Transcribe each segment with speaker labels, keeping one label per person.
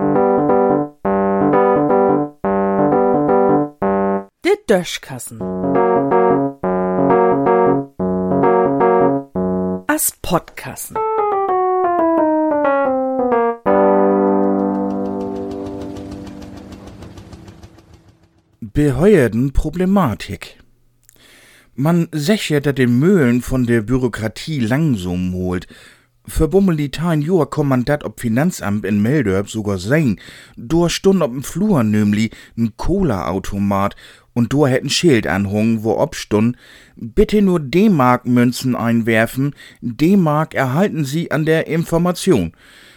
Speaker 1: De Döschkassen. As Podkassen.
Speaker 2: Beheuerten Problematik. Man säche, dat de Mühlen von der Bürokratie langsam holt. Verbummel die 10 Jahr kann man dat ob Finanzamt in Meldorp sogar sein. Da stund ob'm Flur nämlich n Cola-Automat und da hätt n Schild anhungen, wo obstund: Bitte nur D-Mark-Münzen einwerfen, D-Mark erhalten Sie an der Information.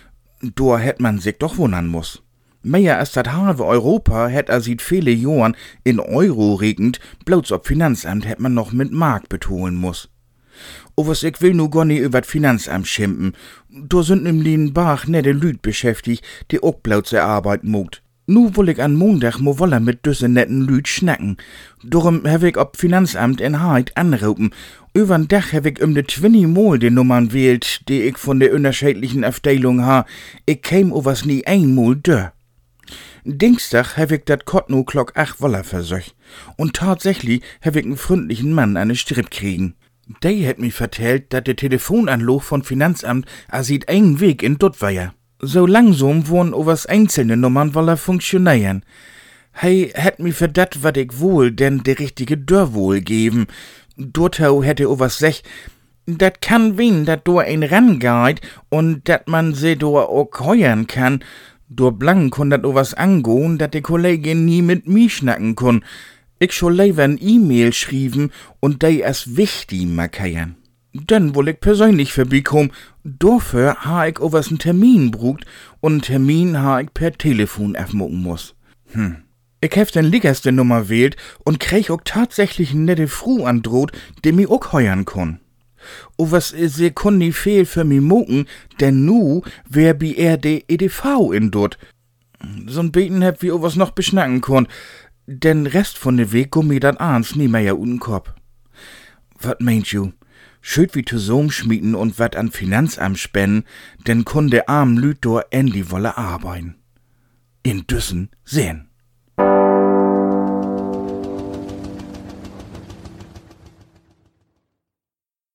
Speaker 2: Da hätt man sich doch wundern muss. Mehr als dat halbe Europa hätt seit viele Jahren in Euro regend, bloß ob Finanzamt hätt man noch mit Mark betonen muss. Was ich will nur gar nicht über das Finanzamt schimpfen. Da sind nämlich in Bach nette Lüd beschäftigt, die auch bloß arbeiten mogt. Nu will ich an Montag mo wolle mit düsse netten Lüd schnacken. Darum hab ich ob Finanzamt in Heid anrufen. Übern Dach hab ich de 20 Mal die Nummern wählt, die ich von der unterschiedlichen Abteilung ha. Ich käm was nie einmal dö. Dienstag hab ich dat Kott nu Glock 8 Woller versöcht. Und tatsächlich hab ich einen freundlichen Mann an de Strip kriegen. Der hätt mi vertellt, dat der Telefonanruf von Finanzamt sieht einen Weg in dort war. So langsam wurden overs einzelne Nummern woller funktionieren. Hey hätt mi für dat, wat ich wohl, denn de richtige Dörr wohl geben. Dort hätte overs sech, dat kann wen, dat do ein rangeht und dat man se do auch heuern kann. Do blank kon dat overs angehen, dat de Kollegin nie mit mi schnacken kon. Ich schol lieber n E-Mail schrieben und dei as wichtig markieren. Dann woll ich persönlich vorbeikommen. Dafür ha ich overs n Termin brugt und n Termin ha ich per Telefon aufmucken muss. Ich hef den liggerste Nummer wählt und krieg auch tatsächlich n nette Fru androht, die mi auch heuern kon. Overs se kon nie fehl für mi mucken, denn nu wär bi er de EDV in dort. So'n Beten hab wie overs noch beschnacken kon. Den Rest von de Weg komm mir dann abends nie mehr un'n Kopf. Wat meint ju? Schöd wie zusammen schmieden und wat an Finanzamt spenden, denn kun de armen Lüd do endlich wolle arbeiten. In Düssen sehen.